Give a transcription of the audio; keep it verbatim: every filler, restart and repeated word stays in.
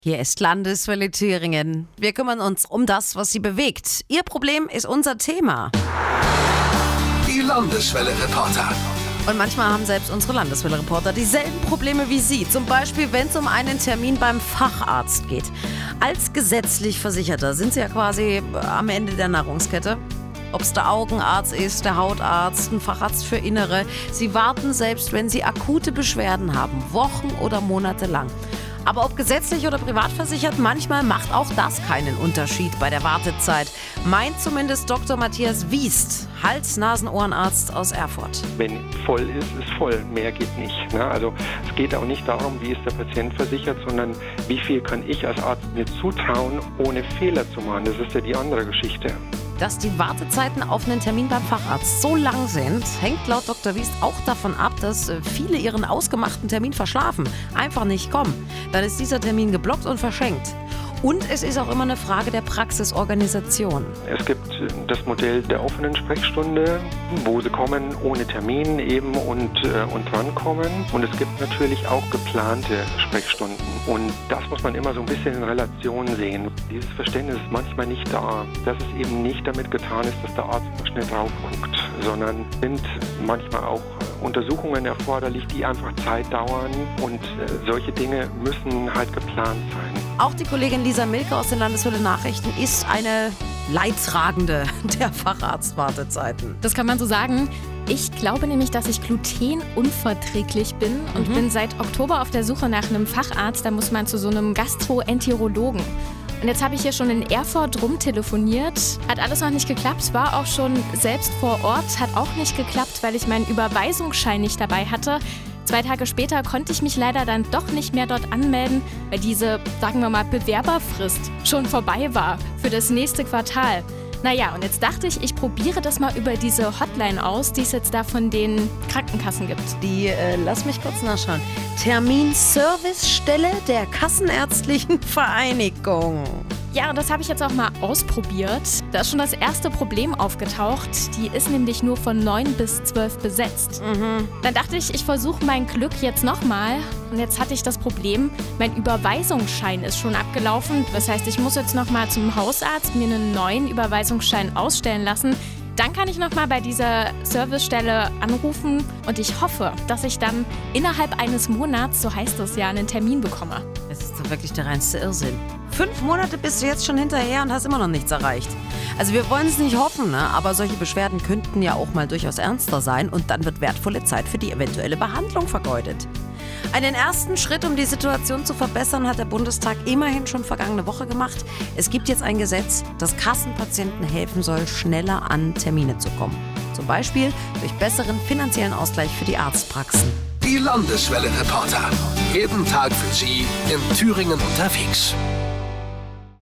Hier ist Landeswelle Thüringen. Wir kümmern uns um das, was Sie bewegt. Ihr Problem ist unser Thema. Die Landeswelle-Reporter. Und manchmal haben selbst unsere Landeswelle-Reporter dieselben Probleme wie Sie. Zum Beispiel, wenn es um einen Termin beim Facharzt geht. Als gesetzlich Versicherter sind Sie ja quasi am Ende der Nahrungskette. Ob es der Augenarzt ist, der Hautarzt, ein Facharzt für Innere. Sie warten selbst, wenn Sie akute Beschwerden haben, Wochen oder Monate lang. Aber ob gesetzlich oder privat versichert, manchmal macht auch das keinen Unterschied bei der Wartezeit. Meint zumindest Doktor Matthias Wiest, Hals-Nasen-Ohrenarzt aus Erfurt. Wenn voll ist, ist voll. Mehr geht nicht. Ne? Also es geht auch nicht darum, wie ist der Patient versichert, sondern wie viel kann ich als Arzt mir zutrauen, ohne Fehler zu machen. Das ist ja die andere Geschichte. Dass die Wartezeiten auf einen Termin beim Facharzt so lang sind, hängt laut Doktor Wiest auch davon ab, dass viele ihren ausgemachten Termin verschlafen, einfach nicht kommen. Dann ist dieser Termin geblockt und verschenkt. Und es ist auch immer eine Frage der Praxisorganisation. Es gibt das Modell der offenen Sprechstunde, wo sie kommen ohne Termin eben und, äh, und drankommen. Und es gibt natürlich auch geplante Sprechstunden. Und das muss man immer so ein bisschen in Relation sehen. Dieses Verständnis ist manchmal nicht da. Dass es eben nicht damit getan ist, dass der Arzt mal schnell drauf guckt, sondern sind manchmal auch Untersuchungen erforderlich, die einfach Zeit dauern. Und äh, solche Dinge müssen halt geplant sein. Auch die Kollegin Lisa Milke aus den Landeswelle Nachrichten ist eine Leidtragende der Facharztwartezeiten. Das kann man so sagen. Ich glaube nämlich, dass ich glutenunverträglich bin und mhm. bin seit Oktober auf der Suche nach einem Facharzt. Da muss man zu so einem Gastroenterologen. Und jetzt habe ich hier schon in Erfurt rumtelefoniert. Hat alles noch nicht geklappt, war auch schon selbst vor Ort. Hat auch nicht geklappt, weil ich meinen Überweisungsschein nicht dabei hatte. Zwei Tage später konnte ich mich leider dann doch nicht mehr dort anmelden, weil diese, sagen wir mal, Bewerberfrist schon vorbei war für das nächste Quartal. Naja, und jetzt dachte ich, ich probiere das mal über diese Hotline aus, die es jetzt da von den Krankenkassen gibt. Die, äh, lass mich kurz nachschauen. Terminservicestelle der Kassenärztlichen Vereinigung. Ja, und das habe ich jetzt auch mal ausprobiert. Da ist schon das erste Problem aufgetaucht. Die ist nämlich nur von neun bis zwölf besetzt. Mhm. Dann dachte ich, ich versuche mein Glück jetzt nochmal. Und jetzt hatte ich das Problem, mein Überweisungsschein ist schon abgelaufen. Das heißt, ich muss jetzt nochmal zum Hausarzt mir einen neuen Überweisungsschein ausstellen lassen. Dann kann ich nochmal bei dieser Servicestelle anrufen und ich hoffe, dass ich dann innerhalb eines Monats, so heißt es ja, einen Termin bekomme. Das ist doch wirklich der reinste Irrsinn. Fünf Monate bist du jetzt schon hinterher und hast immer noch nichts erreicht. Also wir wollen es nicht hoffen, ne? Aber solche Beschwerden könnten ja auch mal durchaus ernster sein und dann wird wertvolle Zeit für die eventuelle Behandlung vergeudet. Einen ersten Schritt, um die Situation zu verbessern, hat der Bundestag immerhin schon vergangene Woche gemacht. Es gibt jetzt ein Gesetz, das Kassenpatienten helfen soll, schneller an Termine zu kommen. Zum Beispiel durch besseren finanziellen Ausgleich für die Arztpraxen. Die Landeswelle-Reporter. Jeden Tag für Sie in Thüringen unterwegs.